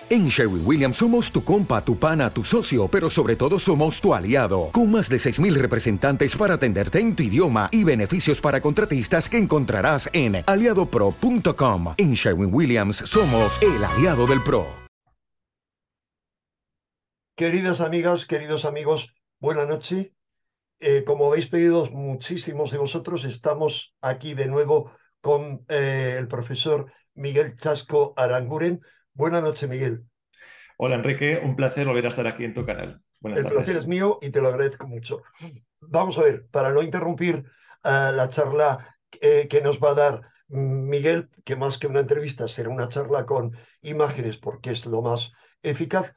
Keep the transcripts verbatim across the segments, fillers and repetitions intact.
En Sherwin-Williams somos tu compa, tu pana, tu socio, pero sobre todo somos tu aliado, con más de seis mil representantes para atenderte en tu idioma y beneficios para contratistas que encontrarás en aliado pro punto com. En Sherwin-Williams somos el aliado del pro. Queridas amigas, queridos amigos, buena noche. Eh, como habéis pedido muchísimos de vosotros, estamos aquí de nuevo con eh, el profesor Miguel Chasco Aranguren. Buena noche, Miguel. Hola Enrique, un placer volver a estar aquí en tu canal. Buenas El placer es tardes. mío y te lo agradezco mucho. Vamos a ver, para no interrumpir eh, la charla eh, que nos va a dar mm, Miguel, que más que una entrevista será una charla con imágenes porque es lo más eficaz,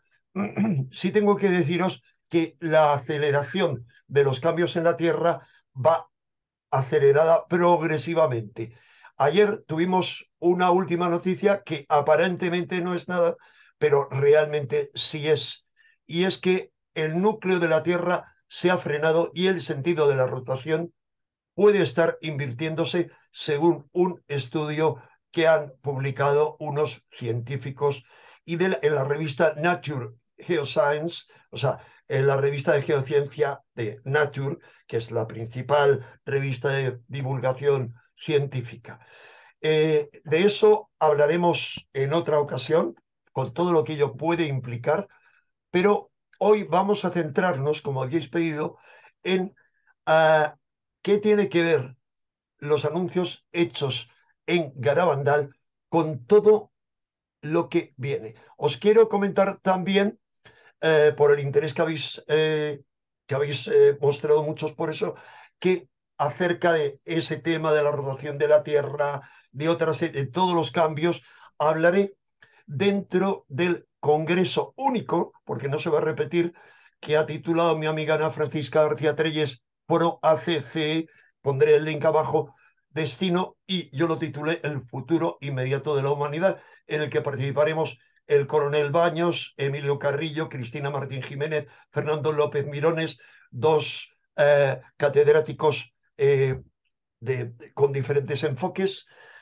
sí tengo que deciros que la aceleración de los cambios en la Tierra va acelerada progresivamente. Ayer tuvimos una última noticia que aparentemente no es nada, pero realmente sí es. Y es que el núcleo de la Tierra se ha frenado y el sentido de la rotación puede estar invirtiéndose según un estudio que han publicado unos científicos y de la, en la revista Nature Geoscience, o sea, en la revista de geociencia de Nature, que es la principal revista de divulgación científica. Eh, de eso hablaremos en otra ocasión, con todo lo que ello puede implicar, pero hoy vamos a centrarnos, como habéis pedido, en uh, qué tiene que ver los anuncios hechos en Garabandal con todo lo que viene. Os quiero comentar también, eh, por el interés que habéis, eh, que habéis eh, mostrado muchos por eso, que acerca de ese tema de la rotación de la Tierra, de otras, de todos los cambios, hablaré dentro del Congreso único, porque no se va a repetir, que ha titulado mi amiga Ana Francisca García Treyes Pro A C C, pondré el link abajo, Destino, y yo lo titulé El futuro inmediato de la humanidad, en el que participaremos el coronel Baños, Emilio Carrillo, Cristina Martín Jiménez, Fernando López Mirones, dos eh, catedráticos eh, de, de, con diferentes enfoques.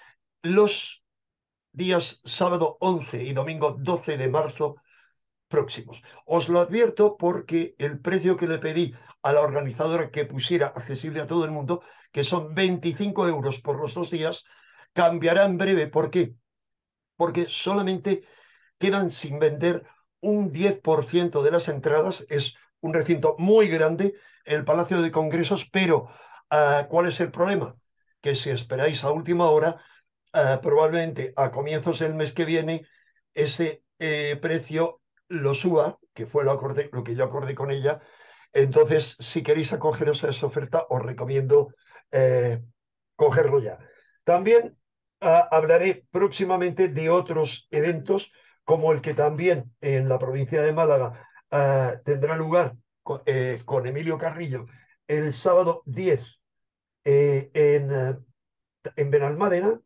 Los días sábado once y domingo doce de marzo próximos. Os lo advierto porque el precio que le pedí a la organizadora que pusiera accesible a todo el mundo, que son veinticinco euros por los dos días, cambiará en breve. ¿Por qué? Porque solamente quedan sin vender un diez por ciento de las entradas. Es un recinto muy grande, el Palacio de Congresos, pero uh, ¿cuál es el problema? Que si esperáis a última hora, uh, probablemente a comienzos del mes que viene, ese eh, precio lo suba, que fue lo, acordé, lo que yo acordé con ella. Entonces, si queréis acogeros a esa oferta, os recomiendo eh, cogerlo ya. También uh, hablaré próximamente de otros eventos, como el que también en la provincia de Málaga uh, tendrá lugar con, eh, con Emilio Carrillo el sábado diez eh, en, uh, en Benalmádena.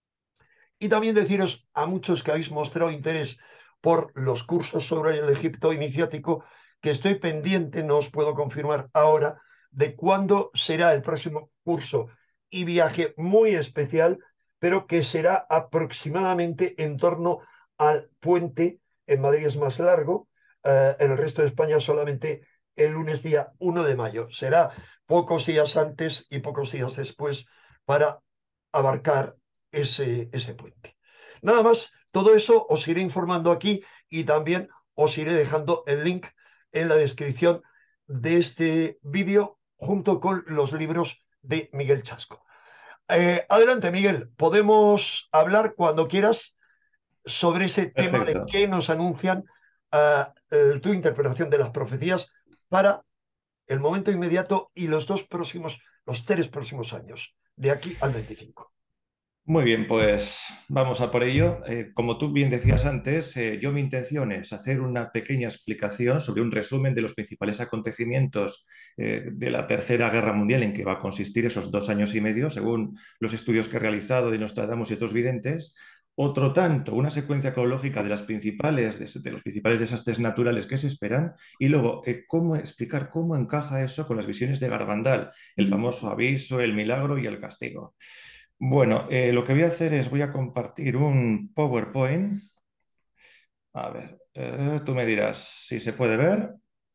Y también deciros a muchos que habéis mostrado interés por los cursos sobre el Egipto iniciático, que estoy pendiente, no os puedo confirmar ahora, de cuándo será el próximo curso y viaje muy especial, pero que será aproximadamente en torno al puente. En Madrid es más largo, eh, en el resto de España solamente el lunes día uno de mayo. Será pocos días antes y pocos días después para abarcar ese, ese puente. Nada más, todo eso os iré informando aquí y también os iré dejando el link en la descripción de este vídeo junto con los libros de Miguel Chasco. Eh, adelante, Miguel, podemos hablar cuando quieras sobre ese tema de Perfecto. qué nos anuncian uh, tu interpretación de las profecías para el momento inmediato y los dos próximos, los tres próximos años, de aquí al veinticinco. Muy bien, pues vamos a por ello. Eh, como tú bien decías antes, eh, yo mi intención es hacer una pequeña explicación sobre un resumen de los principales acontecimientos eh, de la Tercera Guerra Mundial, en que va a consistir esos dos años y medio, según los estudios que he realizado de Nostradamus y otros videntes. Otro tanto, una secuencia cronológica de las principales, de, de los principales desastres naturales que se esperan, y luego eh, cómo explicar cómo encaja eso con las visiones de Garabandal, el famoso aviso, el milagro y el castigo. Bueno, eh, lo que voy a hacer es voy a compartir un PowerPoint A ver, eh, tú me dirás si se puede ver.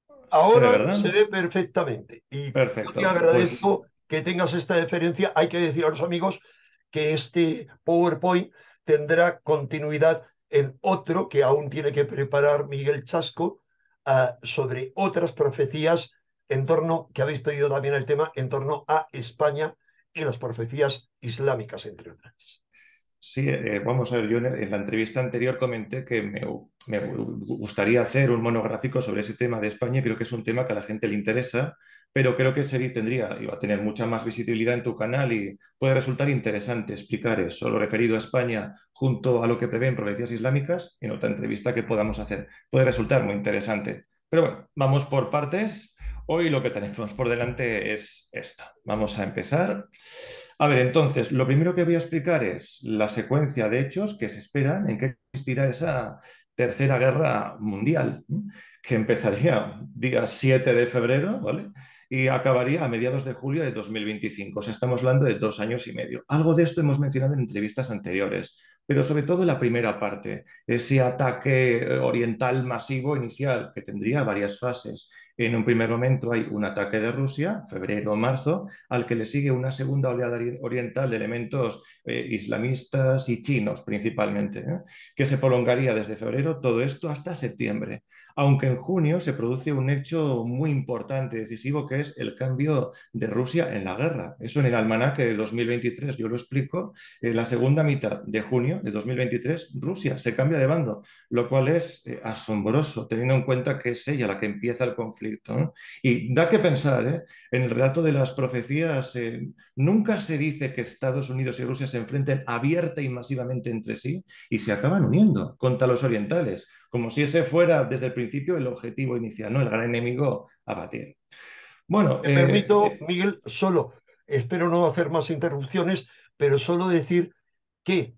Se ve, Ahora se ¿verdad? ve perfectamente y yo te Perfecto. Pues agradezco que tengas esta deferencia. Hay que decir a los amigos que este PowerPoint tendrá continuidad en otro que aún tiene que preparar Miguel Chasco, ah, sobre otras profecías en torno, que habéis pedido también el tema, en torno a España y las profecías islámicas, entre otras. sí, eh, vamos a ver, yo en, en la entrevista anterior comenté que me, me gustaría hacer un monográfico sobre ese tema de España y creo que es un tema que a la gente le interesa, pero creo que sería, tendría, iba a tener mucha más visibilidad en tu canal y puede resultar interesante explicar eso, lo referido a España junto a lo que prevén profecías islámicas en otra entrevista que podamos hacer. Puede resultar muy interesante. Pero bueno, vamos por partes. Hoy lo que tenemos por delante es esto. Vamos a empezar. A ver, entonces, lo primero que voy a explicar es la secuencia de hechos que se esperan en que consistirá esa Tercera Guerra Mundial, ¿m? Que empezaría día siete de febrero, ¿vale? Y acabaría a mediados de julio de dos mil veinticinco. O sea, estamos hablando de dos años y medio. Algo de esto hemos mencionado en entrevistas anteriores, pero sobre todo la primera parte, ese ataque eh, oriental masivo inicial que tendría varias fases. En un primer momento hay un ataque de Rusia, febrero o marzo, al que le sigue una segunda oleada oriental de elementos eh, islamistas y chinos principalmente, ¿eh? Que se prolongaría desde febrero todo esto hasta septiembre, aunque en junio se produce un hecho muy importante, decisivo, que es el cambio de Rusia en la guerra. Eso en el almanaque de dos mil veintitrés, yo lo explico, en la segunda mitad de junio de dos mil veintitrés Rusia se cambia de bando, lo cual es eh, asombroso, teniendo en cuenta que es ella la que empieza el conflicto, ¿no? Y da que pensar, ¿eh? En el relato de las profecías, eh, nunca se dice que Estados Unidos y Rusia se enfrenten abierta y masivamente entre sí y se acaban uniendo contra los orientales, como si ese fuera desde el principio el objetivo inicial, ¿no? El gran enemigo a batir. Bueno, Me eh, permito, eh, Miguel, solo, espero no hacer más interrupciones, pero solo decir que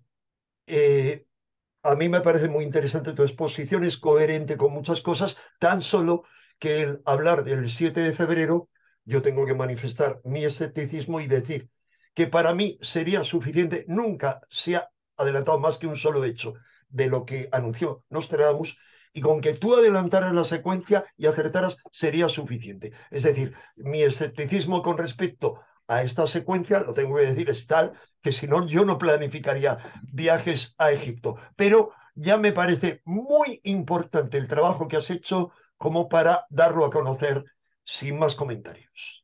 eh, a mí me parece muy interesante tu exposición, es coherente con muchas cosas, tan solo que el hablar del siete de febrero, yo tengo que manifestar mi escepticismo y decir que para mí sería suficiente, nunca se ha adelantado más que un solo hecho de lo que anunció Nostradamus, y con que tú adelantaras la secuencia y acertaras sería suficiente. Es decir, mi escepticismo con respecto a esta secuencia, lo tengo que decir, es tal que si no, yo no planificaría viajes a Egipto. Pero ya me parece muy importante el trabajo que has hecho como para darlo a conocer sin más comentarios.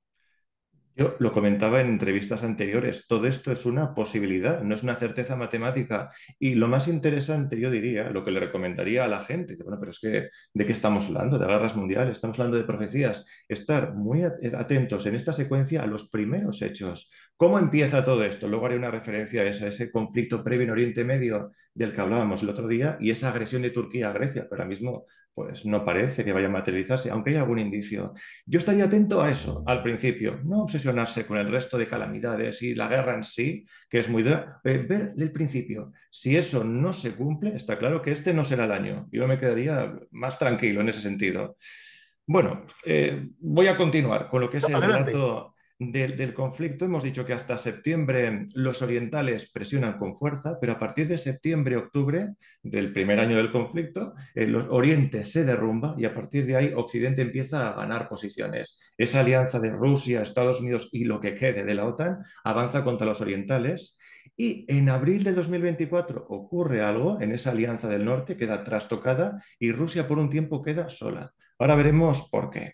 yo lo comentaba en entrevistas anteriores, todo esto es una posibilidad, no es una certeza matemática. Y lo más interesante, yo diría, lo que le recomendaría a la gente, que, bueno, pero es que, ¿de qué estamos hablando? ¿De guerras mundiales? Estamos hablando de profecías. Estar muy atentos en esta secuencia a los primeros hechos. ¿Cómo empieza todo esto? Luego haré una referencia a ese, a ese conflicto previo en Oriente Medio del que hablábamos el otro día y esa agresión de Turquía a Grecia, pero ahora mismo pues, no parece que vaya a materializarse, aunque hay algún indicio. Yo estaría atento a eso al principio, no obsesionarse con el resto de calamidades y la guerra en sí, que es muy dura, eh, ver el principio. Si eso no se cumple, está claro que este no será el año. Yo me quedaría más tranquilo en ese sentido. Bueno, eh, voy a continuar con lo que es el Adelante. relato del, del conflicto. Hemos dicho que hasta septiembre los orientales presionan con fuerza, pero a partir de septiembre-octubre del primer año del conflicto, el Oriente se derrumba y a partir de ahí Occidente empieza a ganar posiciones. Esa alianza de Rusia, Estados Unidos y lo que quede de la OTAN avanza contra los orientales. Y en abril de dos mil veinticuatro ocurre algo en esa alianza del norte, queda trastocada y Rusia por un tiempo queda sola. Ahora veremos por qué.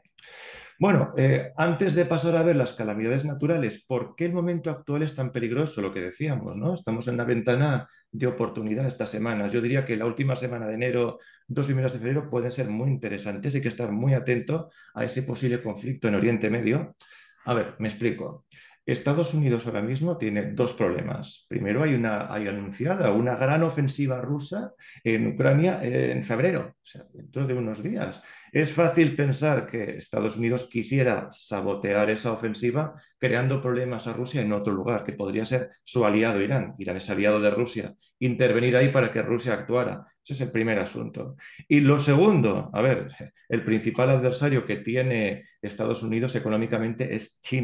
Bueno, eh, antes de pasar a ver las calamidades naturales, ¿por qué el momento actual es tan peligroso? Lo que decíamos, ¿no? Estamos en una ventana de oportunidad estas semanas. Yo diría que la última semana de enero, dos primeras de febrero pueden ser muy interesantes. Hay que estar muy atento a ese posible conflicto en Oriente Medio. A ver, me explico. Estados Unidos ahora mismo tiene dos problemas. Primero, hay una hay anunciada una gran ofensiva rusa en Ucrania en febrero, o sea, dentro de unos días. Es fácil pensar que Estados Unidos quisiera sabotear esa ofensiva creando problemas a Rusia en otro lugar, que podría ser su aliado Irán. Irán es aliado de Rusia. Intervenir ahí para que Rusia actuara. Ese es el primer asunto. Y lo segundo, a ver, el principal adversario que tiene Estados Unidos económicamente es China.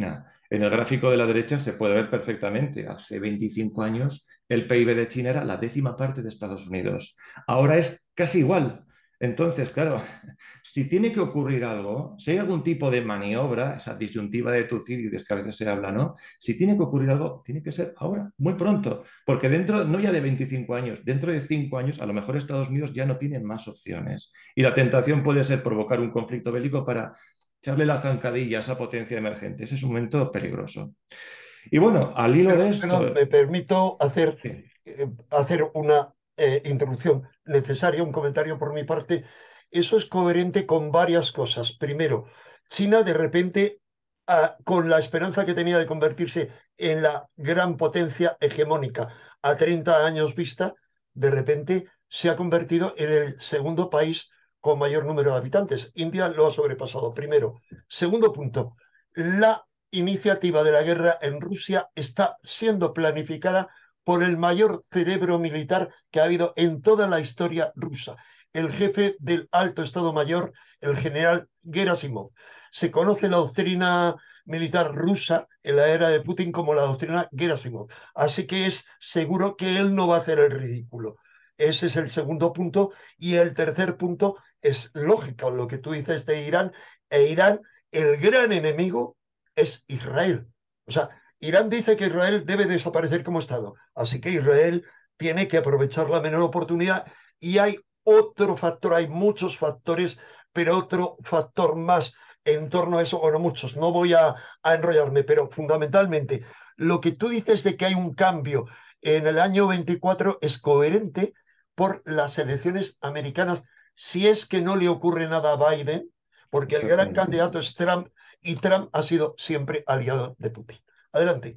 En el gráfico de la derecha se puede ver perfectamente. Hace veinticinco años el P I B de China era la décima parte de Estados Unidos. Ahora es casi igual. Entonces, claro, si tiene que ocurrir algo, si hay algún tipo de maniobra, esa disyuntiva de Tucídides que a veces se habla, ¿no? Si tiene que ocurrir algo, tiene que ser ahora, muy pronto, porque dentro, no ya de veinticinco años, dentro de cinco años, a lo mejor Estados Unidos ya no tiene más opciones. Y la tentación puede ser provocar un conflicto bélico para echarle la zancadilla a esa potencia emergente. Ese es un momento peligroso. Y bueno, al hilo Pero, de perdón, esto... me permito hacer, Sí, eh, hacer una eh, interrupción necesaria, un comentario por mi parte. Eso es coherente con varias cosas. Primero, China de repente, ah, con la esperanza que tenía de convertirse en la gran potencia hegemónica a treinta años vista, de repente se ha convertido en el segundo país con mayor número de habitantes. India lo ha sobrepasado, primero. Segundo punto, la iniciativa de la guerra en Rusia está siendo planificada por el mayor cerebro militar que ha habido en toda la historia rusa, el jefe del Alto Estado Mayor, el general Gerasimov. Se conoce la doctrina militar rusa en la era de Putin como la doctrina Gerasimov. Así que es seguro que él no va a hacer el ridículo. Ese es el segundo punto. Y el tercer punto es lógico, lo que tú dices de Irán. E Irán, el gran enemigo es Israel. O sea, Irán dice que Israel debe desaparecer como Estado. Así que Israel tiene que aprovechar la menor oportunidad. Y hay otro factor, hay muchos factores, pero otro factor más en torno a eso, bueno, muchos, no voy a, a enrollarme, pero fundamentalmente lo que tú dices de que hay un cambio en el año veinticuatro es coherente por las elecciones americanas, si es que no le ocurre nada a Biden, porque el gran exactamente. candidato es Trump y Trump ha sido siempre aliado de Putin. Adelante.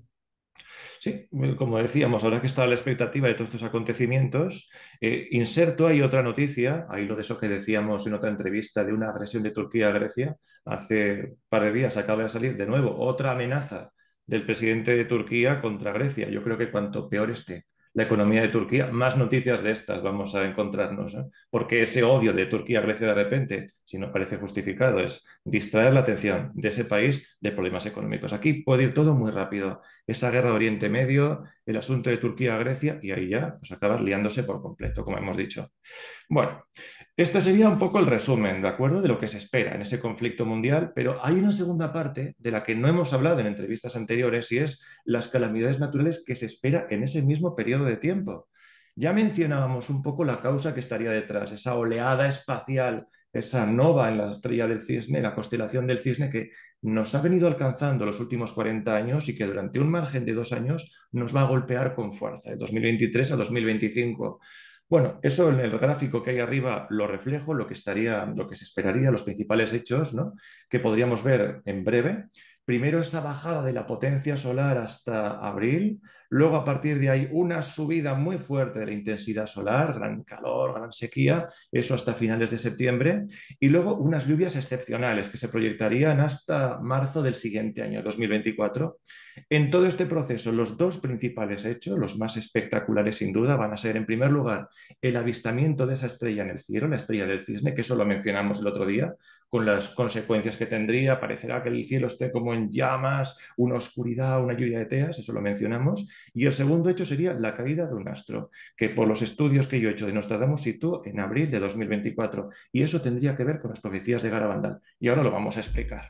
Sí, como decíamos, ahora que está a la expectativa de todos estos acontecimientos, eh, inserto ahí otra noticia, ahí lo de eso que decíamos en otra entrevista de una agresión de Turquía a Grecia, hace un par de días acaba de salir de nuevo otra amenaza del presidente de Turquía contra Grecia. Yo creo que cuanto peor esté la economía de Turquía, más noticias de estas vamos a encontrarnos, ¿eh? Porque ese odio de Turquía a Grecia de repente, si no parece justificado, es distraer la atención de ese país de problemas económicos. Aquí puede ir todo muy rápido. Esa guerra de Oriente Medio, el asunto de Turquía a Grecia, y ahí ya pues acabas liándose por completo, como hemos dicho. Bueno, este sería un poco el resumen, ¿de acuerdo? De lo que se espera en ese conflicto mundial, pero hay una segunda parte de la que no hemos hablado en entrevistas anteriores y es las calamidades naturales que se espera en ese mismo periodo de tiempo. Ya mencionábamos un poco la causa que estaría detrás, esa oleada espacial, esa nova en la estrella del cisne, la constelación del cisne que nos ha venido alcanzando los últimos cuarenta años y que durante un margen de dos años nos va a golpear con fuerza, de dos mil veintitrés a dos mil veinticinco. Bueno, eso en el gráfico que hay arriba lo reflejo, lo que estaría, lo que se esperaría, los principales hechos, ¿no? Que podríamos ver en breve. Primero esa bajada de la potencia solar hasta abril, luego a partir de ahí una subida muy fuerte de la intensidad solar, gran calor, gran sequía, eso hasta finales de septiembre, y luego unas lluvias excepcionales que se proyectarían hasta marzo del siguiente año, dos mil veinticuatro. En todo este proceso, los dos principales hechos, los más espectaculares sin duda, van a ser, en primer lugar, el avistamiento de esa estrella en el cielo, la estrella del cisne, que eso lo mencionamos el otro día, con las consecuencias que tendría. Parecerá que el cielo esté como en llamas, una oscuridad, una lluvia de teas, eso lo mencionamos. Y el segundo hecho sería la caída de un astro, que por los estudios que yo he hecho de Nostradamus sitúo en abril de dos mil veinticuatro. Y eso tendría que ver con las profecías de Garabandal. Y ahora lo vamos a explicar.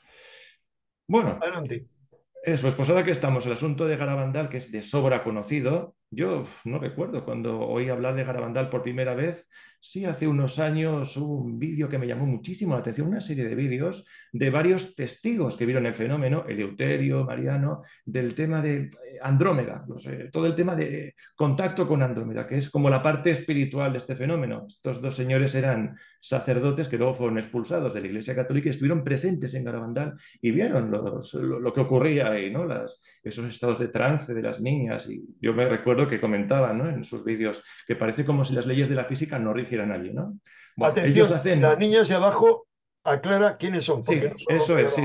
Bueno, Adelante. eso es, pues ahora que estamos, el asunto de Garabandal, que es de sobra conocido, yo no recuerdo cuando oí hablar de Garabandal por primera vez. Sí, hace unos años hubo un vídeo que me llamó muchísimo la atención, una serie de vídeos de varios testigos que vieron el fenómeno, Eleuterio, Mariano, del tema de eh, Andrómeda, no sé, todo el tema de contacto con Andrómeda, que es como la parte espiritual de este fenómeno. Estos dos señores eran sacerdotes que luego fueron expulsados de la Iglesia Católica y estuvieron presentes en Garabandal y vieron los, lo, lo que ocurría ahí, ¿no? Las, esos estados de trance de las niñas. Y yo me recuerdo que comentaban, ¿no?, en sus vídeos que parece como si las leyes de la física no rigieran allí, ¿no? Bueno, ellos Atención, las hacen... niñas de abajo aclara quiénes son, porque no Sí, son los eso de es, sí, sí. Garabandal.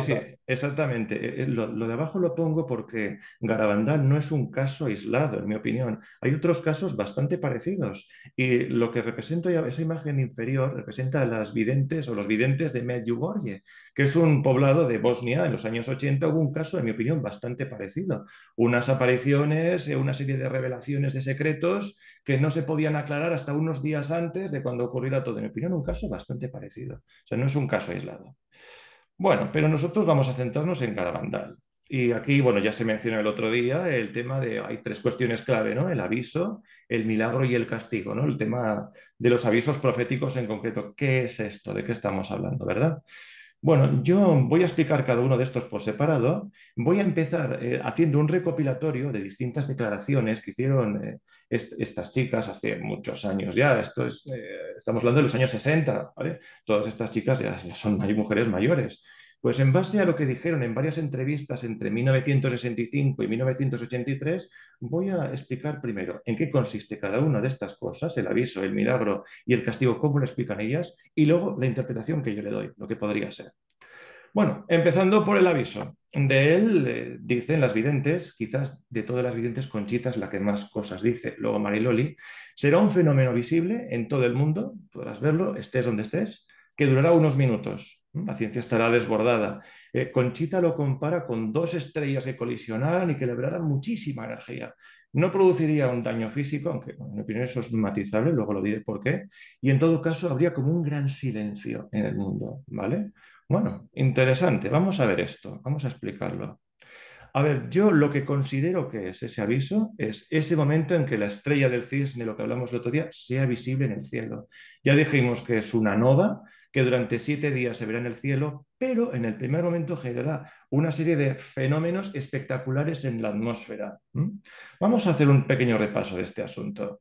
Exactamente. Eh, eh, Lo, lo de abajo lo pongo porque Garabandal no es un caso aislado, en mi opinión. Hay otros casos bastante parecidos. Y lo que represento ya, esa imagen inferior, representa a las videntes o los videntes de Medjugorje, que es un poblado de Bosnia. En los años ochenta hubo un caso, en mi opinión, bastante parecido. Unas apariciones, eh, una serie de revelaciones de secretos que no se podían aclarar hasta unos días antes de cuando ocurriera todo. En mi opinión, un caso bastante parecido. O sea, no es un caso aislado. Bueno, pero nosotros vamos a centrarnos en Garabandal. Y aquí, bueno, ya se mencionó el otro día el tema de, hay tres cuestiones clave, ¿no? El aviso, el milagro y el castigo, ¿no? El tema de los avisos proféticos en concreto. ¿Qué es esto? ¿De qué estamos hablando, verdad? Bueno, yo voy a explicar cada uno de estos por separado. Voy a empezar eh, haciendo un recopilatorio de distintas declaraciones que hicieron eh, est estas chicas hace muchos años ya. Esto es, eh, estamos hablando de los años sesenta, ¿vale? Todas estas chicas ya, ya son may mujeres mayores. Pues en base a lo que dijeron en varias entrevistas entre mil novecientos sesenta y cinco y mil novecientos ochenta y tres, voy a explicar primero en qué consiste cada una de estas cosas, el aviso, el milagro y el castigo, cómo lo explican ellas, y luego la interpretación que yo le doy, lo que podría ser. Bueno, empezando por el aviso. De él eh, dicen las videntes, quizás de todas las videntes, Conchita es la que más cosas dice. Luego Mariloli, será un fenómeno visible en todo el mundo, podrás verlo, estés donde estés, que durará unos minutos. La ciencia estará desbordada. Eh, Conchita lo compara con dos estrellas que colisionaran y que liberaran muchísima energía. No produciría un daño físico, aunque bueno, en mi opinión eso es matizable, luego lo diré por qué. Y en todo caso habría como un gran silencio en el mundo, ¿vale? Bueno, interesante. Vamos a ver esto, vamos a explicarlo. A ver, yo lo que considero que es ese aviso es ese momento en que la estrella del cisne, lo que hablamos el otro día, sea visible en el cielo. Ya dijimos que es una nova, que durante siete días se verá en el cielo, pero en el primer momento generará una serie de fenómenos espectaculares en la atmósfera. ¿Mm? Vamos a hacer un pequeño repaso de este asunto.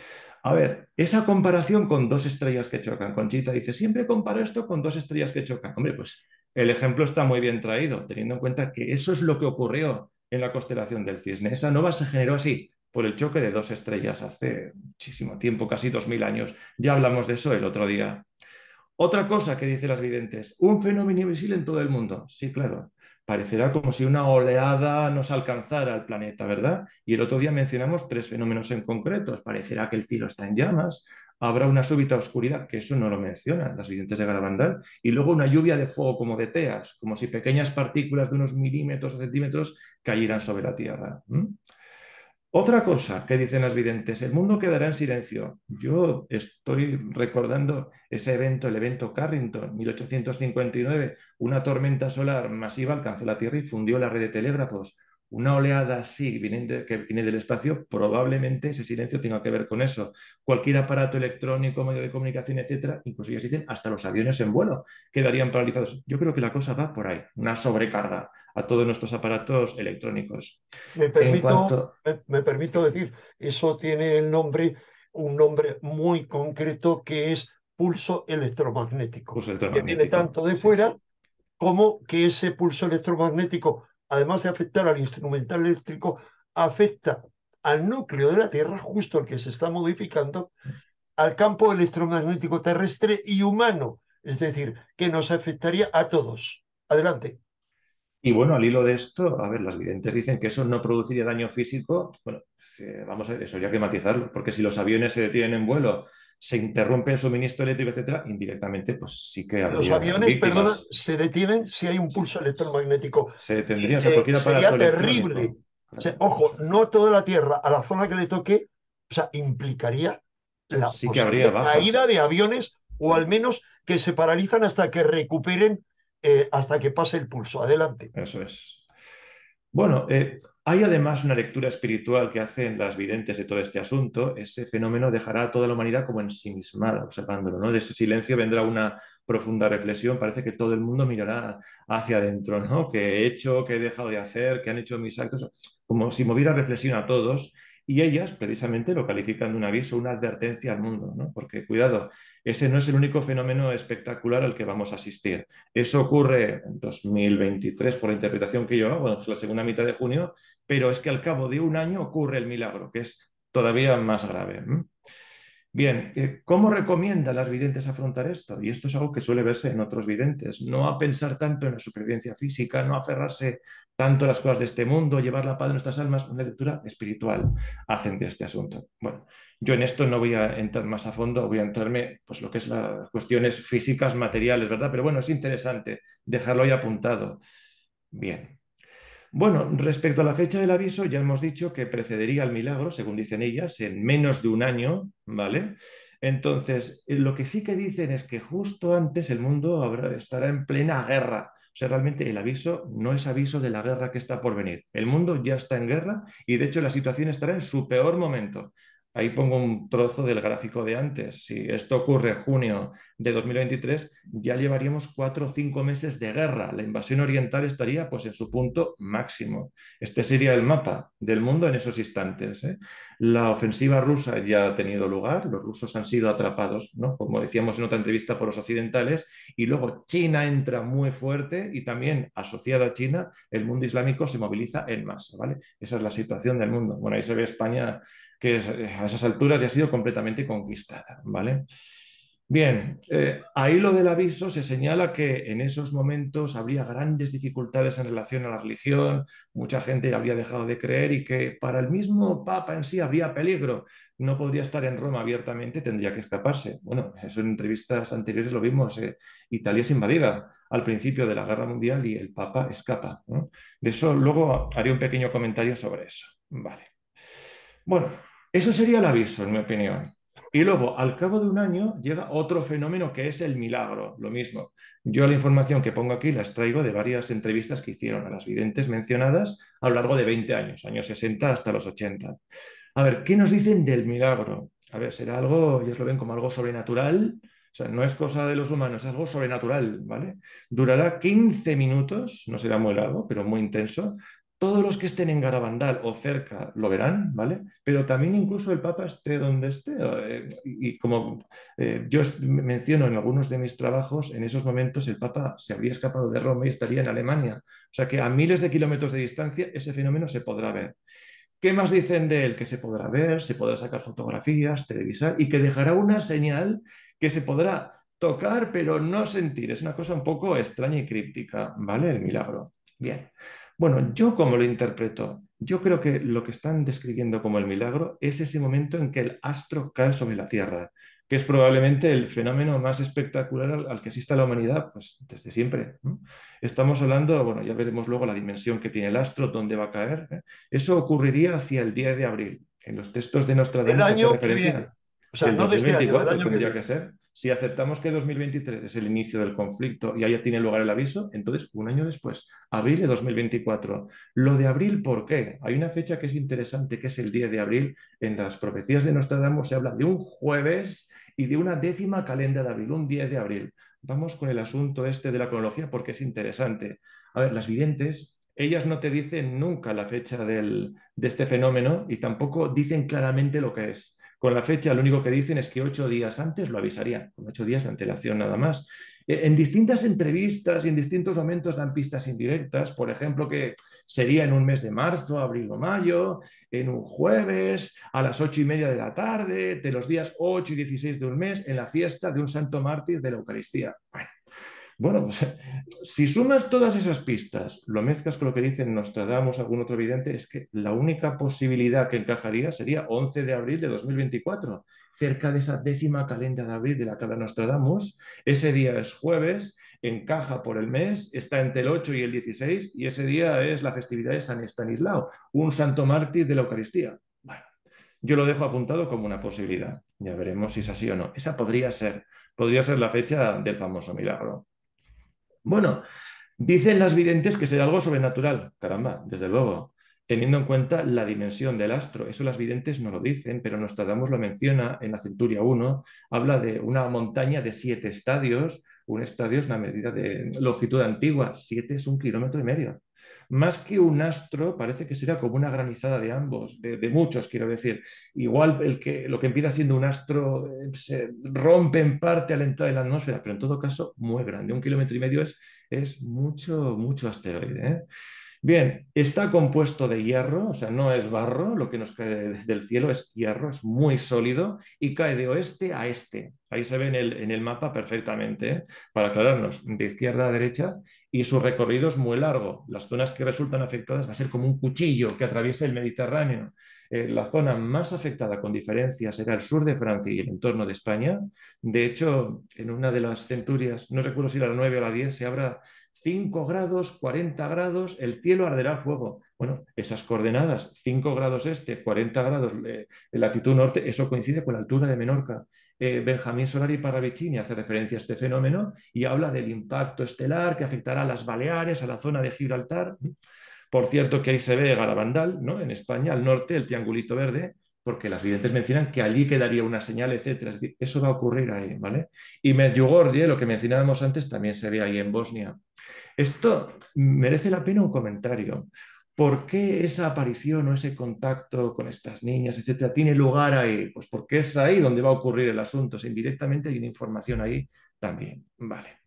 A ver, esa comparación con dos estrellas que chocan. Conchita dice, siempre comparo esto con dos estrellas que chocan. Hombre, pues el ejemplo está muy bien traído, teniendo en cuenta que eso es lo que ocurrió en la constelación del Cisne. Esa nova se generó así, por el choque de dos estrellas hace muchísimo tiempo, casi dos mil años. Ya hablamos de eso el otro día. Otra cosa que dicen las videntes, un fenómeno invisible en todo el mundo. Sí, claro. Parecerá como si una oleada nos alcanzara al planeta, ¿verdad? Y el otro día mencionamos tres fenómenos en concreto. Parecerá que el cielo está en llamas, habrá una súbita oscuridad, que eso no lo mencionan las videntes de Garabandal, y luego una lluvia de fuego como de teas, como si pequeñas partículas de unos milímetros o centímetros cayeran sobre la Tierra. ¿Mm? Otra cosa que dicen las videntes, el mundo quedará en silencio. Yo estoy recordando ese evento, el evento Carrington, mil ochocientos cincuenta y nueve, una tormenta solar masiva alcanzó la Tierra y fundió la red de telégrafos. Una oleada así viene que viene del espacio, probablemente ese silencio tenga que ver con eso. Cualquier aparato electrónico, medio de comunicación, etcétera, incluso ellos dicen hasta los aviones en vuelo quedarían paralizados. Yo creo que la cosa va por ahí, una sobrecarga a todos nuestros aparatos electrónicos. Me En permito, cuanto me, me permito decir, eso tiene el nombre, un nombre muy concreto que es pulso electromagnético, Pulso que viene electromagnético, tanto de sí. fuera como que ese pulso electromagnético, además de afectar al instrumental eléctrico, afecta al núcleo de la Tierra, justo el que se está modificando, al campo electromagnético terrestre y humano, es decir, que nos afectaría a todos. Adelante. Y bueno, al hilo de esto, a ver, las videntes dicen que eso no produciría daño físico. Bueno, eh, vamos a ver, eso habría que matizarlo, porque si los aviones se detienen en vuelo, se interrumpe el suministro eléctrico, etcétera, indirectamente, pues sí que Los habría aviones, perdona, víctimas. se detienen si hay un pulso electromagnético. Se Y, detendría, o sea, eh, cualquier aparato sería terrible. electrónico. O sea, Claro, ojo, eso. no toda la Tierra, a la zona que le toque, o sea, implicaría O sea, la sí que habría posible caída bajas. de aviones o al menos que se paralizan hasta que recuperen, eh, hasta que pase el pulso. Adelante. Eso es. Bueno, eh, hay además una lectura espiritual que hacen las videntes de todo este asunto. Ese fenómeno dejará a toda la humanidad como ensimismada, observándolo, ¿no? De ese silencio vendrá una profunda reflexión. Parece que todo el mundo mirará hacia adentro, ¿no? ¿Qué he hecho? ¿Qué he dejado de hacer? ¿Qué han hecho mis actos? Como si moviera reflexión a todos. Y ellas, precisamente, lo califican de un aviso, una advertencia al mundo, ¿no? Porque, cuidado, ese no es el único fenómeno espectacular al que vamos a asistir. Eso ocurre en dos mil veintitrés por la interpretación que yo hago, es la segunda mitad de junio, pero es que al cabo de un año ocurre el milagro, que es todavía más grave. Bien, eh, ¿cómo recomiendan las videntes afrontar esto? Y esto es algo que suele verse en otros videntes. No a pensar tanto en la supervivencia física, no a aferrarse tanto a las cosas de este mundo, llevar la paz de nuestras almas, una lectura espiritual hacen de este asunto. Bueno, yo en esto no voy a entrar más a fondo, voy a entrarme pues lo que es las cuestiones físicas, materiales, ¿verdad? Pero bueno, es interesante dejarlo ahí apuntado. Bien. Bueno, respecto a la fecha del aviso, ya hemos dicho que precedería al milagro, según dicen ellas, en menos de un año, ¿vale? Entonces, eh, lo que sí que dicen es que justo antes el mundo habrá- estará en plena guerra. O sea, realmente el aviso no es aviso de la guerra que está por venir. El mundo ya está en guerra y de hecho la situación estará en su peor momento. Ahí pongo un trozo del gráfico de antes. Si esto ocurre en junio de dos mil veintitrés, ya llevaríamos cuatro o cinco meses de guerra. La invasión oriental estaría pues en su punto máximo. Este sería el mapa del mundo en esos instantes, ¿eh? La ofensiva rusa ya ha tenido lugar, los rusos han sido atrapados, ¿no? Como decíamos en otra entrevista, por los occidentales, y luego China entra muy fuerte y también asociado a China, el mundo islámico se moviliza en masa, ¿vale? Esa es la situación del mundo. Bueno, ahí se ve España que es, a esas alturas ya ha sido completamente conquistada, ¿vale? Bien, eh, ahí lo del aviso se señala que en esos momentos habría grandes dificultades en relación a la religión, mucha gente habría dejado de creer y que para el mismo Papa en sí habría peligro, no podría estar en Roma abiertamente, tendría que escaparse. Bueno, eso en entrevistas anteriores lo vimos, eh, Italia es invadida al principio de la Guerra Mundial y el Papa escapa, ¿no? De eso luego haré un pequeño comentario sobre eso. Vale. Bueno, eso sería el aviso, en mi opinión. Y luego, al cabo de un año, llega otro fenómeno que es el milagro. Lo mismo. Yo la información que pongo aquí la extraigo de varias entrevistas que hicieron a las videntes mencionadas a lo largo de veinte años, años sesenta hasta los ochenta. A ver, ¿qué nos dicen del milagro? A ver, será algo, ellos lo ven como algo sobrenatural. O sea, no es cosa de los humanos, es algo sobrenatural, ¿vale? Durará quince minutos, no será muy largo, pero muy intenso. Todos los que estén en Garabandal o cerca lo verán, ¿vale? Pero también incluso el Papa esté donde esté. eh, y, y como eh, yo es- menciono en algunos de mis trabajos, en esos momentos el Papa se habría escapado de Roma y estaría en Alemania. O sea que a miles de kilómetros de distancia ese fenómeno se podrá ver. ¿Qué más dicen de él? Que se podrá ver, se podrá sacar fotografías, televisar y que dejará una señal que se podrá tocar pero no sentir. Es una cosa un poco extraña y críptica, ¿vale? El milagro. Bien. Bueno, ¿yo cómo lo interpreto? Yo creo que lo que están describiendo como el milagro es ese momento en que el astro cae sobre la Tierra, que es probablemente el fenómeno más espectacular al, al que asista la humanidad, pues desde siempre, ¿no? Estamos hablando, bueno, ya veremos luego la dimensión que tiene el astro, dónde va a caer, ¿eh? Eso ocurriría hacia el diez de abril. En los textos de El Nostradamus se hace año que viene. referencia O sea, el no de este año, del dos mil veinticuatro, año que tendría que viene. ser. Si aceptamos que dos mil veintitrés es el inicio del conflicto y ahí tiene lugar el aviso, entonces un año después, abril de dos mil veinticuatro. Lo de abril, ¿por qué? Hay una fecha que es interesante, que es el diez de abril. En las profecías de Nostradamus se habla de un jueves y de una décima calenda de abril, un diez de abril. Vamos con el asunto este de la cronología porque es interesante. A ver, las videntes, ellas no te dicen nunca la fecha del, de este fenómeno y tampoco dicen claramente lo que es. Con la fecha lo único que dicen es que ocho días antes lo avisarían, con ocho días de antelación nada más. Eh, En distintas entrevistas y en distintos momentos dan pistas indirectas, por ejemplo, que sería en un mes de marzo, abril o mayo, en un jueves, a las ocho y media de la tarde, de los días ocho y dieciséis de un mes, en la fiesta de un santo mártir de la Eucaristía. Bueno, bueno, pues si sumas todas esas pistas, lo mezclas con lo que dicen Nostradamus, algún otro vidente, es que la única posibilidad que encajaría sería once de abril de dos mil veinticuatro, cerca de esa décima calenda de abril de la que habla Nostradamus. Ese día es jueves, encaja por el mes, está entre el ocho y el dieciséis, y ese día es la festividad de San Estanislao, un santo mártir de la Eucaristía. Bueno, yo lo dejo apuntado como una posibilidad. Ya veremos si es así o no. Esa podría ser, podría ser la fecha del famoso milagro. Bueno, dicen las videntes que será algo sobrenatural. Caramba, desde luego. Teniendo en cuenta la dimensión del astro. Eso las videntes no lo dicen, pero Nostradamus lo menciona en la Centuria uno. Habla de una montaña de siete estadios. Un estadio es una medida de longitud antigua. Siete es un kilómetro y medio. Más que un astro, parece que será como una granizada de ambos, de, de muchos, quiero decir. Igual el que, lo que empieza siendo un astro eh, se rompe en parte al entrar en la atmósfera, pero en todo caso muy grande. Un kilómetro y medio es, es mucho, mucho asteroide, ¿eh? Bien, está compuesto de hierro, o sea, no es barro, lo que nos cae de- del cielo es hierro, es muy sólido y cae de oeste a este. Ahí se ve en el, en el mapa perfectamente, ¿eh? Para aclararnos, de izquierda a derecha, y su recorrido es muy largo. Las zonas que resultan afectadas va a ser como un cuchillo que atraviesa el Mediterráneo. Eh, la zona más afectada con diferencia será el sur de Francia y el entorno de España. De hecho, en una de las centurias, no recuerdo si era la nueve o la diez, se habla cinco grados, cuarenta grados, el cielo arderá a fuego. Bueno, esas coordenadas, cinco grados este, cuarenta grados eh, en latitud norte, eso coincide con la altura de Menorca. Eh, Benjamín Solari Parravicini hace referencia a este fenómeno y habla del impacto estelar que afectará a las Baleares, a la zona de Gibraltar. Por cierto, que ahí se ve Garabandal, ¿no? En España, al norte, el triangulito verde, porque las videntes mencionan que allí quedaría una señal, etcétera. Es decir, eso va a ocurrir ahí, ¿vale? Y Medjugorje, lo que mencionábamos antes, también se ve ahí en Bosnia. Esto merece la pena un comentario. ¿Por qué esa aparición o ese contacto con estas niñas, etcétera, tiene lugar ahí? Pues porque es ahí donde va a ocurrir el asunto. O sea, indirectamente hay una información ahí también. Vale.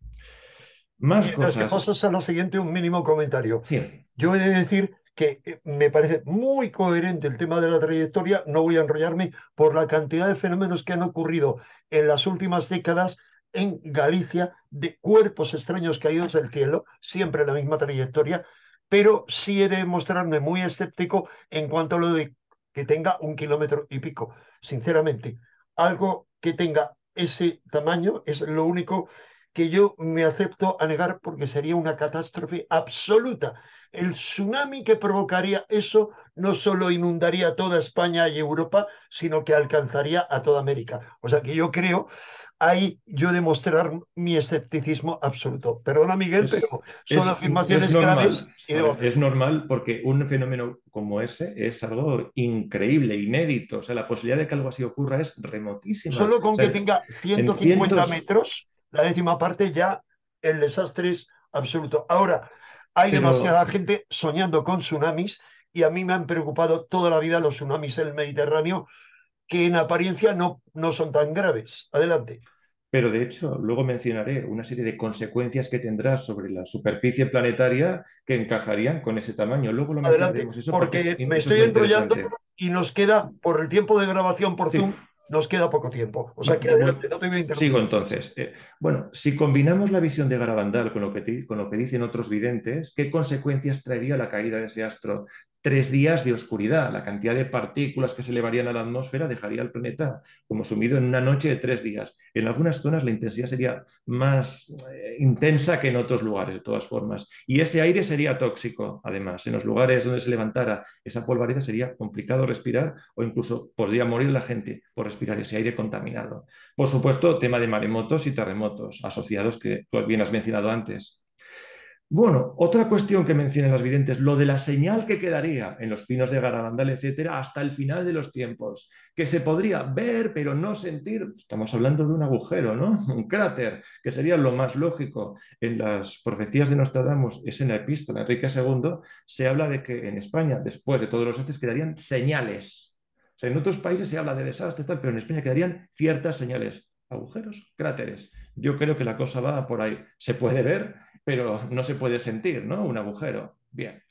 Más Mientras que cosas. pasas a la siguiente, un mínimo comentario. Sí. Yo he de decir que eh, me parece muy coherente el tema de la trayectoria, no voy a enrollarme por la cantidad de fenómenos que han ocurrido en las últimas décadas en Galicia, de cuerpos extraños caídos del cielo, siempre la misma trayectoria, pero sí he de mostrarme muy escéptico en cuanto a lo de que tenga un kilómetro y pico. Sinceramente, algo que tenga ese tamaño es lo único que yo me acepto a negar porque sería una catástrofe absoluta. El tsunami que provocaría eso no solo inundaría toda España y Europa, sino que alcanzaría a toda América. O sea que yo creo ahí yo demostrar mi escepticismo absoluto. Perdona, Miguel, pero Es, son es, es afirmaciones graves normal, y debo ¿sabes? Es hacerlo. normal porque un fenómeno como ese es algo increíble, inédito. O sea, la posibilidad de que algo así ocurra es remotísima. O Solo con sea, que en, tenga en ciento cincuenta cientos, metros, la décima parte, ya el desastre es absoluto. Ahora, hay pero demasiada gente soñando con tsunamis y a mí me han preocupado toda la vida los tsunamis en el Mediterráneo, que en apariencia no, no son tan graves. Adelante, Pero de hecho, luego mencionaré una serie de consecuencias que tendrá sobre la superficie planetaria que encajarían con ese tamaño. Luego lo adelante, mencionaremos eso porque es- porque me eso es estoy muy enrollando interesante. y nos queda, por el tiempo de grabación por Sí. Zoom, nos queda poco tiempo. O sea Va- que vo- voy- adelante, no te voy a Sigo interrumpir. entonces. Eh, bueno, si combinamos la visión de Garabandal con lo que, ti- con lo que dicen otros videntes, ¿qué consecuencias traería la caída de ese astro? Tres días de oscuridad. La cantidad de partículas que se elevarían a la atmósfera dejaría al planeta como sumido en una noche de tres días. En algunas zonas la intensidad sería más eh, intensa que en otros lugares, de todas formas. Y ese aire sería tóxico, además. En los lugares donde se levantara esa polvareda sería complicado respirar o incluso podría morir la gente por respirar ese aire contaminado. Por supuesto, tema de maremotos y terremotos asociados que tú bien has mencionado antes. Bueno, otra cuestión que mencionan las videntes, lo de la señal que quedaría en los pinos de Garabandal, etcétera, hasta el final de los tiempos, que se podría ver pero no sentir. Estamos hablando de un agujero, ¿no? Un cráter, que sería lo más lógico. En las profecías de Nostradamus, es en la epístola Enrique segundo, se habla de que en España, después de todos los desastres, quedarían señales. O sea, en otros países se habla de desastres, tal, pero en España quedarían ciertas señales, agujeros, cráteres. Yo creo que la cosa va por ahí. Se puede ver, pero no se puede sentir, ¿no? Un agujero. Bien.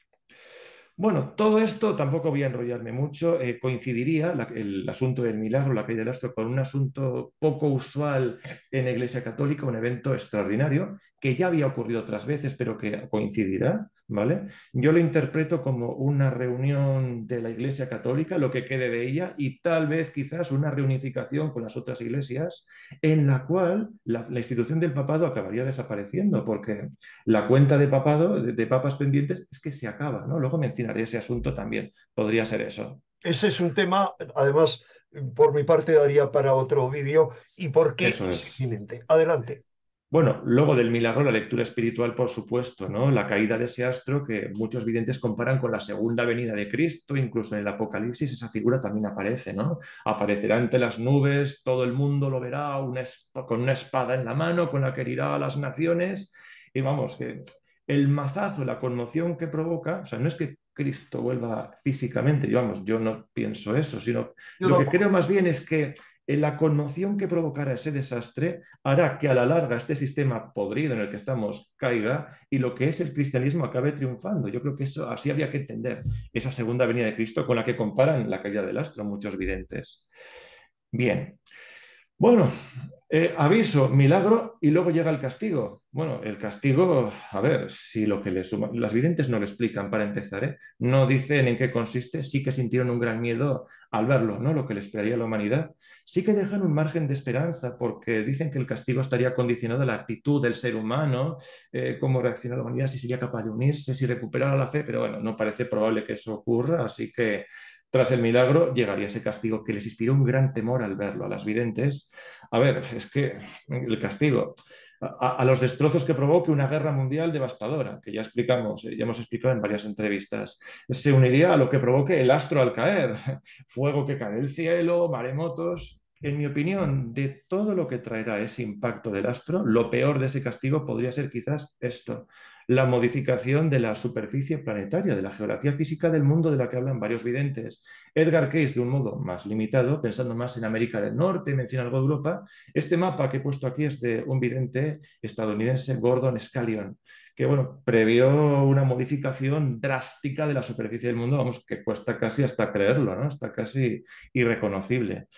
Bueno, todo esto tampoco voy a enrollarme mucho. Eh, coincidiría la- el asunto del milagro, la caída del astro, con un asunto poco usual en la Iglesia Católica, un evento extraordinario que ya había ocurrido otras veces, pero que coincidirá, ¿vale? Yo lo interpreto como una reunión de la Iglesia Católica, lo que quede de ella, y tal vez quizás una reunificación con las otras iglesias, en la cual la, la institución del papado acabaría desapareciendo, porque la cuenta de papado, de, de papas pendientes, es que se acaba, ¿no? Luego mencionaré ese asunto también. Podría ser eso. Ese es un tema, además, por mi parte daría para otro vídeo y por qué Eso es es. inminente. Adelante. Bueno, luego del milagro, la lectura espiritual, por supuesto, ¿no? La caída de ese astro que muchos videntes comparan con la segunda venida de Cristo, incluso en el Apocalipsis esa figura también aparece, ¿no? Aparecerá entre las nubes, todo el mundo lo verá una esp- con una espada en la mano con la que herirá a las naciones. Y vamos, que el mazazo, la conmoción que provoca, o sea, no es que Cristo vuelva físicamente, y vamos, yo no pienso eso, sino Yo lo que tampoco. creo más bien es que la conmoción que provocará ese desastre hará que a la larga este sistema podrido en el que estamos caiga y lo que es el cristianismo acabe triunfando. Yo creo que eso así habría que entender esa segunda venida de Cristo con la que comparan la caída del astro muchos videntes. Bien. Bueno, eh, aviso, milagro y luego llega el castigo. Bueno, el castigo, a ver, si lo que les suma, las videntes no lo explican para empezar, ¿eh? No dicen en qué consiste, sí que sintieron un gran miedo al verlo, ¿no? Lo que le esperaría a la humanidad. Sí que dejan un margen de esperanza porque dicen que el castigo estaría condicionado a la actitud del ser humano, eh, cómo reacciona la humanidad, si sería capaz de unirse, si recuperara la fe, pero bueno, no parece probable que eso ocurra, así que tras el milagro llegaría ese castigo que les inspiró un gran temor al verlo a las videntes. A ver, es que el castigo, a, a los destrozos que provoque una guerra mundial devastadora, que ya explicamos, ya hemos explicado en varias entrevistas, se uniría a lo que provoque el astro al caer, fuego que cae del cielo, maremotos. En mi opinión, de todo lo que traerá ese impacto del astro, lo peor de ese castigo podría ser quizás esto, la modificación de la superficie planetaria, de la geografía física del mundo de la que hablan varios videntes. Edgar Cayce, de un modo más limitado, pensando más en América del Norte, menciona algo de Europa. Este mapa que he puesto aquí es de un vidente estadounidense, Gordon Scallion, que bueno, previó una modificación drástica de la superficie del mundo, vamos, que cuesta casi hasta creerlo, ¿no? Está casi irreconocible.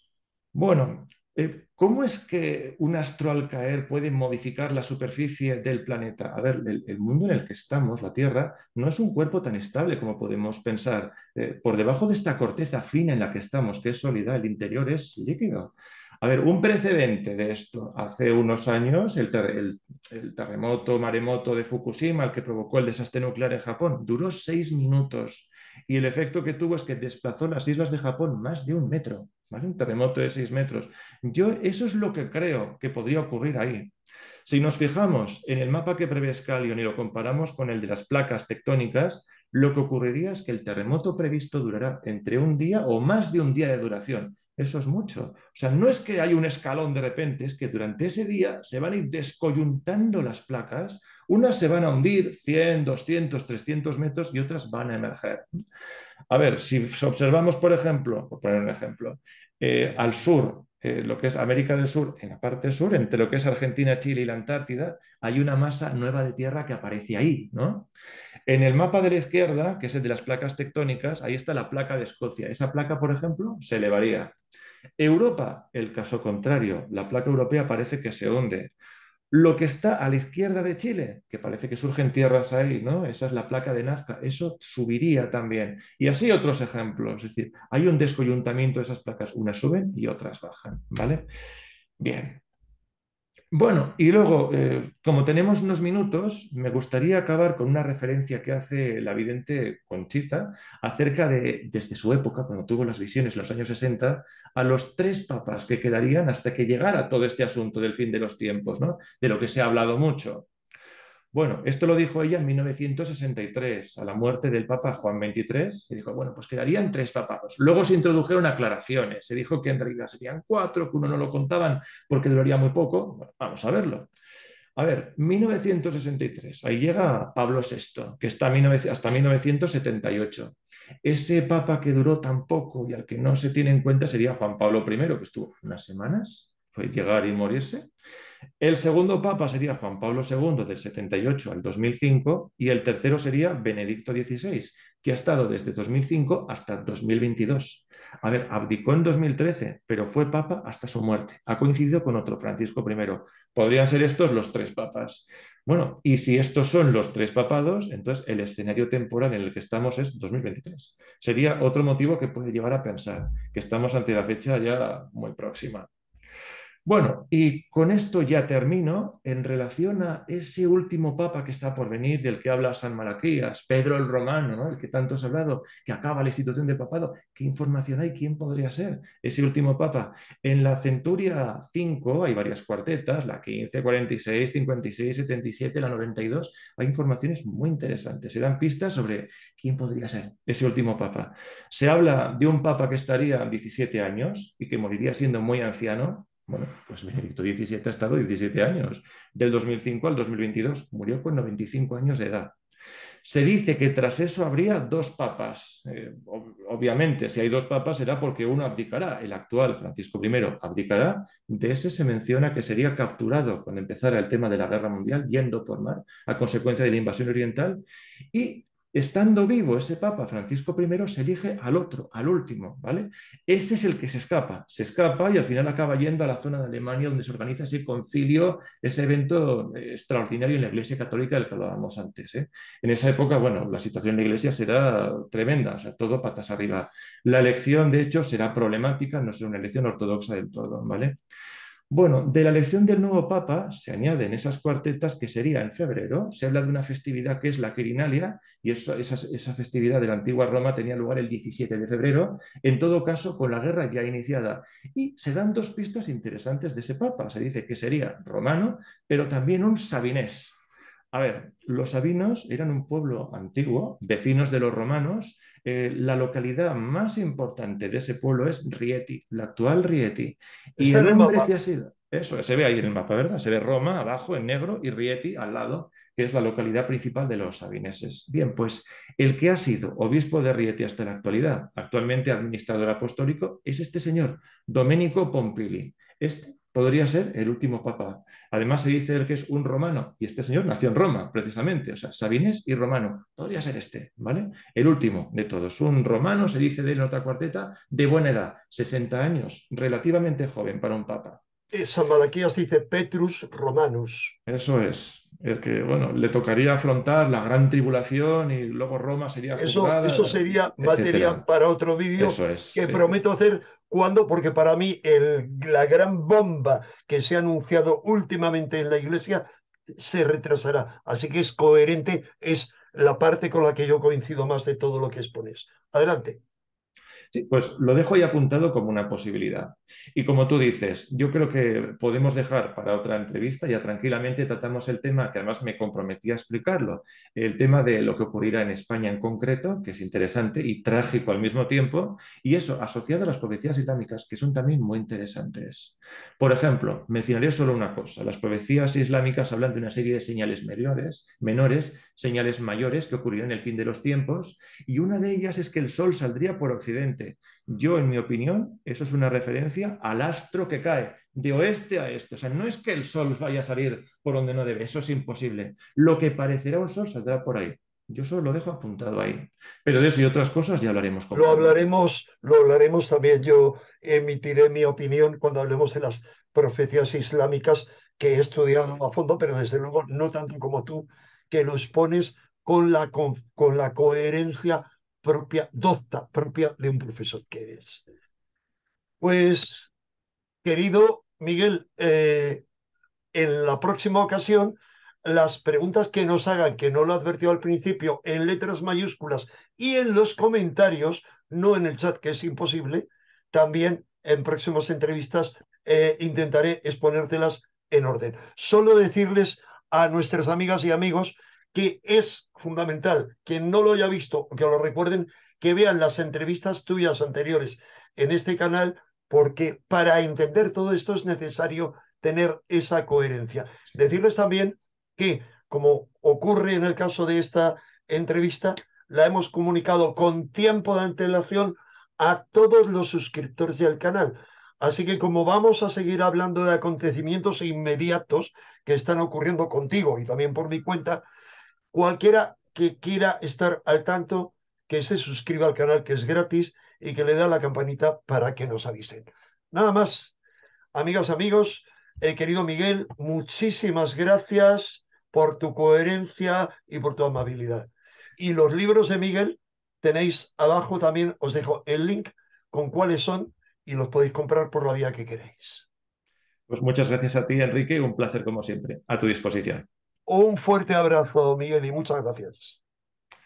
Bueno, eh, ¿cómo es que un astro al caer puede modificar la superficie del planeta? A ver, el, el mundo en el que estamos, la Tierra, no es un cuerpo tan estable como podemos pensar. Eh, por debajo de esta corteza fina en la que estamos, que es sólida, el interior es líquido. A ver, un precedente de esto, hace unos años, el, ter el, el terremoto, maremoto de Fukushima, el que provocó el desastre nuclear en Japón, duró seis minutos y el efecto que tuvo es que desplazó las islas de Japón más de un metro. ¿Vale? Un terremoto de seis metros. Yo eso es lo que creo que podría ocurrir ahí. Si nos fijamos en el mapa que prevé Scallion y lo comparamos con el de las placas tectónicas, lo que ocurriría es que el terremoto previsto durará entre un día o más de un día de duración. Eso es mucho. O sea, no es que haya un escalón de repente, es que durante ese día se van a ir descoyuntando las placas, unas se van a hundir cien, doscientos, trescientos metros y otras van a emerger. A ver, si observamos, por ejemplo, por poner un ejemplo, eh, al sur, eh, lo que es América del Sur, en la parte sur, entre lo que es Argentina, Chile y la Antártida, hay una masa nueva de tierra que aparece ahí, ¿no? En el mapa de la izquierda, que es el de las placas tectónicas, ahí está la placa de Escocia. Esa placa, por ejemplo, se elevaría. Europa, el caso contrario, la placa europea parece que se hunde. Lo que está a la izquierda de Chile, que parece que surgen tierras ahí, ¿no? Esa es la placa de Nazca, eso subiría también. Y así otros ejemplos, es decir, hay un descoyuntamiento de esas placas, unas suben y otras bajan, ¿vale? Bien. Bueno, y luego, eh, como tenemos unos minutos, me gustaría acabar con una referencia que hace la vidente Conchita acerca de, desde su época, cuando tuvo las visiones en los años sesenta, a los tres papas que quedarían hasta que llegara todo este asunto del fin de los tiempos, ¿no? De lo que se ha hablado mucho. Bueno, esto lo dijo ella en mil novecientos sesenta y tres, a la muerte del Papa Juan veintitrés, y dijo, bueno, pues quedarían tres papados. Luego se introdujeron aclaraciones, se dijo que en realidad serían cuatro, que uno no lo contaban porque duraría muy poco. Bueno, vamos a verlo. A ver, mil novecientos sesenta y tres, ahí llega Pablo sexto, que está hasta mil novecientos setenta y ocho. Ese papa que duró tan poco y al que no se tiene en cuenta sería Juan Pablo primero, que estuvo unas semanas, fue llegar y morirse. El segundo papa sería Juan Pablo segundo del setenta y ocho al dos mil cinco y el tercero sería Benedicto dieciséis, que ha estado desde dos mil cinco hasta dos mil veintidós. A ver, abdicó en dos mil trece, pero fue papa hasta su muerte. Ha coincidido con otro, Francisco primero. Podrían ser estos los tres papas. Bueno, y si estos son los tres papados, entonces el escenario temporal en el que estamos es dos mil veintitrés. Sería otro motivo que puede llevar a pensar que estamos ante la fecha ya muy próxima. Bueno, y con esto ya termino en relación a ese último papa que está por venir, del que habla San Malaquías, Pedro el Romano, ¿no? El que tanto has hablado, que acaba la institución del papado. ¿Qué información hay? ¿Quién podría ser ese último papa? En la Centuria cinco hay varias cuartetas, la quince, cuarenta y seis, cincuenta y seis, setenta y siete, la noventa y dos. Hay informaciones muy interesantes. Se dan pistas sobre quién podría ser ese último papa. Se habla de un papa que estaría diecisiete años y que moriría siendo muy anciano. Bueno, pues Benedicto diecisiete ha estado diecisiete años, del dos mil cinco al dos mil veintidós, murió con noventa y cinco años de edad. Se dice que tras eso habría dos papas. Eh, ob- obviamente, si hay dos papas será porque uno abdicará. El actual, Francisco primero, abdicará. De ese se menciona que sería capturado cuando empezara el tema de la guerra mundial, yendo por mar a consecuencia de la invasión oriental. Y estando vivo ese papa, Francisco primero, se elige al otro, al último, ¿vale? Ese es el que se escapa. Se escapa y al final acaba yendo a la zona de Alemania donde se organiza ese concilio, ese evento eh, extraordinario en la Iglesia Católica del que hablábamos antes, ¿eh? En esa época, bueno, la situación en la iglesia será tremenda, o sea, todo patas arriba. La elección, de hecho, será problemática, no será una elección ortodoxa del todo, ¿vale? Bueno, de la elección del nuevo papa se añaden esas cuartetas que sería en febrero. Se habla de una festividad que es la Quirinalia y eso, esa, esa festividad de la antigua Roma tenía lugar el diecisiete de febrero, en todo caso con la guerra ya iniciada. Y se dan dos pistas interesantes de ese papa. Se dice que sería romano, pero también un sabinés. A ver, los sabinos eran un pueblo antiguo, vecinos de los romanos. Eh, la localidad más importante de ese pueblo es Rieti, la actual Rieti. Y Está el en el hombre mapa. que ha sido, eso se ve ahí en el mapa, ¿verdad? Se ve Roma abajo en negro y Rieti al lado, que es la localidad principal de los sabineses. Bien, pues el que ha sido obispo de Rieti hasta la actualidad, actualmente administrador apostólico, es este señor, Domenico Pompili. Este podría ser el último papa. Además se dice él que es un romano y este señor nació en Roma, precisamente, o sea, sabinés y romano. Podría ser este, ¿vale? El último de todos. Un romano, se dice de él en otra cuarteta, de buena edad, sesenta años, relativamente joven para un papa. Eh, San Malaquías dice Petrus Romanus. Eso es. El que, bueno, le tocaría afrontar la gran tribulación y luego Roma sería Eso, eso juzgada, sería materia etcétera. para otro vídeo Eso es, que sí. prometo hacer cuando, porque para mí el- la gran bomba que se ha anunciado últimamente en la iglesia se retrasará. Así que es coherente, es la parte con la que yo coincido más de todo lo que expones. Adelante. Sí, pues lo dejo ahí apuntado como una posibilidad. Y como tú dices, yo creo que podemos dejar para otra entrevista, ya tranquilamente tratamos el tema, que además me comprometí a explicarlo, el tema de lo que ocurrirá en España en concreto, que es interesante y trágico al mismo tiempo, y eso asociado a las profecías islámicas, que son también muy interesantes. Por ejemplo, mencionaré solo una cosa, las profecías islámicas hablan de una serie de señales menores, menores, señales mayores que ocurrirán en el fin de los tiempos, y una de ellas es que el sol saldría por occidente. Yo, en mi opinión, eso es una referencia al astro que cae de oeste a este. O sea, no es que el sol vaya a salir por donde no debe, eso es imposible. Lo que parecerá un sol saldrá por ahí. Yo solo lo dejo apuntado ahí. Pero de eso y otras cosas ya hablaremos con Lo calma. hablaremos, lo hablaremos también. Yo emitiré mi opinión cuando hablemos de las profecías islámicas que he estudiado a fondo, pero desde luego no tanto como tú, que lo expones con la, con, con la coherencia propia, docta, propia de un profesor que eres. Pues, querido Miguel, eh, en la próxima ocasión, las preguntas que nos hagan, que no lo advertió al principio, en letras mayúsculas y en los comentarios, no en el chat, que es imposible, también en próximas entrevistas eh, intentaré exponértelas en orden. Solo decirles a nuestras amigas y amigos que es fundamental, quien no lo haya visto, que lo recuerden, que vean las entrevistas tuyas anteriores en este canal, porque para entender todo esto es necesario tener esa coherencia. Decirles también que, como ocurre en el caso de esta entrevista, la hemos comunicado con tiempo de antelación a todos los suscriptores del canal. Así que como vamos a seguir hablando de acontecimientos inmediatos que están ocurriendo contigo y también por mi cuenta, cualquiera que quiera estar al tanto, que se suscriba al canal, que es gratis, y que le dé a la campanita para que nos avisen. Nada más. Amigas, amigos, eh, querido Miguel, muchísimas gracias por tu coherencia y por tu amabilidad. Y los libros de Miguel tenéis abajo también, os dejo el link con cuáles son y los podéis comprar por la vía que queréis. Pues muchas gracias a ti, Enrique, un placer como siempre. A tu disposición. Un fuerte abrazo, Miguel, y muchas gracias.